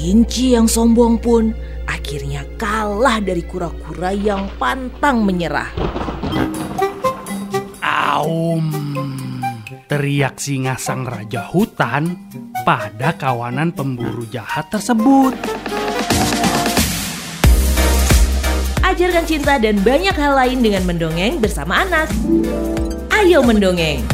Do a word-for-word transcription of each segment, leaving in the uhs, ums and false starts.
Kelinci yang sombong pun akhirnya kalah dari kura-kura yang pantang menyerah. Aum, teriak singa sang raja hutan pada kawanan pemburu jahat tersebut. Ajarkan cinta dan banyak hal lain dengan mendongeng bersama anak. Ayo mendongeng.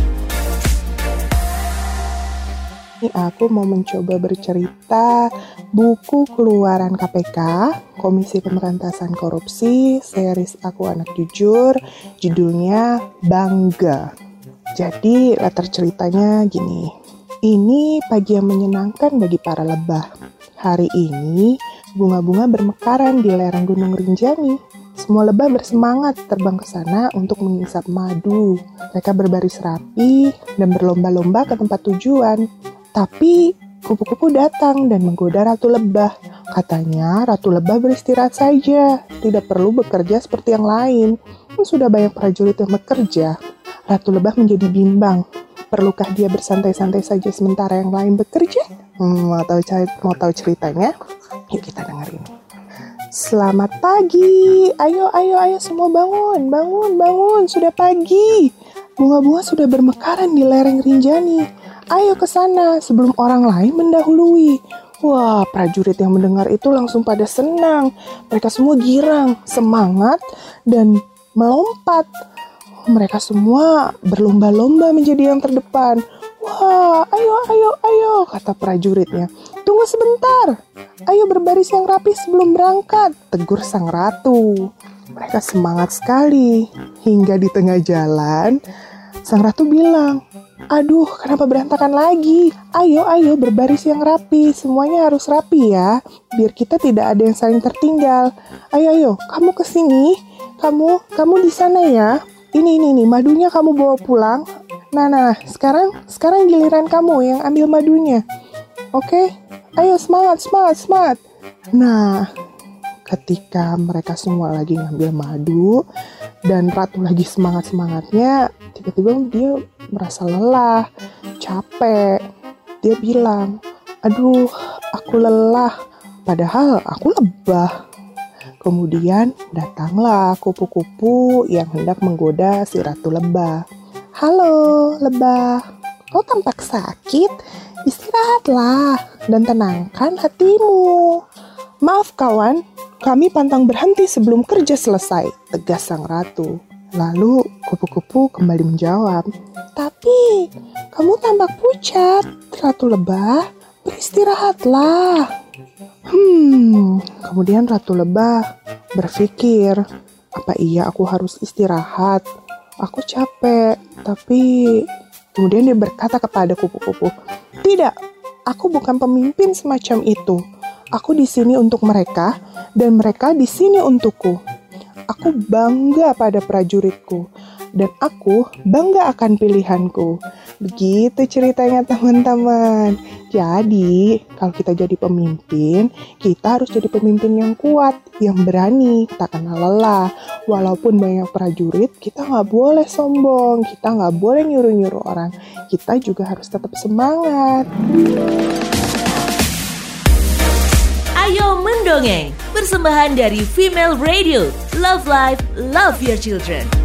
Ini aku mau mencoba bercerita buku keluaran K P K, Komisi Pemberantasan Korupsi, series Aku Anak Jujur, judulnya Bangga. Jadi latar ceritanya gini, ini pagi yang menyenangkan bagi para lebah. Hari ini bunga-bunga bermekaran di lereng Gunung Rinjani. Semua lebah bersemangat terbang ke sana untuk mengisap madu. Mereka berbaris rapi dan berlomba-lomba ke tempat tujuan. Tapi kupu-kupu datang dan menggoda Ratu Lebah. Katanya Ratu Lebah beristirahat saja, tidak perlu bekerja seperti yang lain. Sudah banyak prajurit yang bekerja. Ratu Lebah menjadi bimbang. Perlukah dia bersantai-santai saja sementara yang lain bekerja? Hmm, mau tahu mau tahu ceritanya? Yuk kita dengerin. Selamat pagi. Ayo, ayo, ayo semua bangun, bangun, bangun. Sudah pagi. Bunga-bunga sudah bermekaran di lereng Rinjani. Ayo ke sana sebelum orang lain mendahului. Wah, prajurit yang mendengar itu langsung pada senang. Mereka semua girang, semangat, dan melompat. Mereka semua berlomba-lomba menjadi yang terdepan. Wah, ayo, ayo, ayo, kata prajuritnya. Tunggu sebentar. Ayo berbaris yang rapi sebelum berangkat, tegur sang ratu. Mereka semangat sekali. Hingga di tengah jalan, sang ratu bilang, aduh, kenapa berantakan lagi? Ayo, ayo, berbaris yang rapi. Semuanya harus rapi ya, biar kita tidak ada yang saling tertinggal. Ayo, ayo, kamu kesini. Kamu, kamu di sana ya. Ini, ini, ini, madunya kamu bawa pulang. Nah, nah, sekarang, sekarang giliran kamu yang ambil madunya. Oke? Ayo, semangat, semangat, semangat. Nah, ketika mereka semua lagi ngambil madu, dan ratu lagi semangat-semangatnya, tiba-tiba dia merasa lelah, capek. Dia bilang, aduh, aku lelah, padahal aku lebah. Kemudian datanglah kupu-kupu yang hendak menggoda si Ratu Lebah. Halo, Lebah, kau tampak sakit? Istirahatlah dan tenangkan hatimu. Maaf kawan, kami pantang berhenti sebelum kerja selesai, tegas sang ratu. Lalu kupu-kupu kembali menjawab, tapi kamu tampak pucat, Ratu Lebah, beristirahatlah. Hmm, kemudian Ratu Lebah berpikir, apa iya aku harus istirahat? Aku capek, tapi kemudian dia berkata kepada kupu-kupu, tidak, aku bukan pemimpin semacam itu. Aku di sini untuk mereka dan mereka di sini untukku. Aku bangga pada prajuritku dan aku bangga akan pilihanku. Begitu ceritanya teman-teman. Jadi, kalau kita jadi pemimpin, kita harus jadi pemimpin yang kuat, yang berani, tak kenal lelah. Walaupun banyak prajurit, kita nggak boleh sombong, kita nggak boleh nyuruh-nyuruh orang. Kita juga harus tetap semangat. Ayo mendongeng, persembahan dari Female Radio. Love Life, Love Your Children.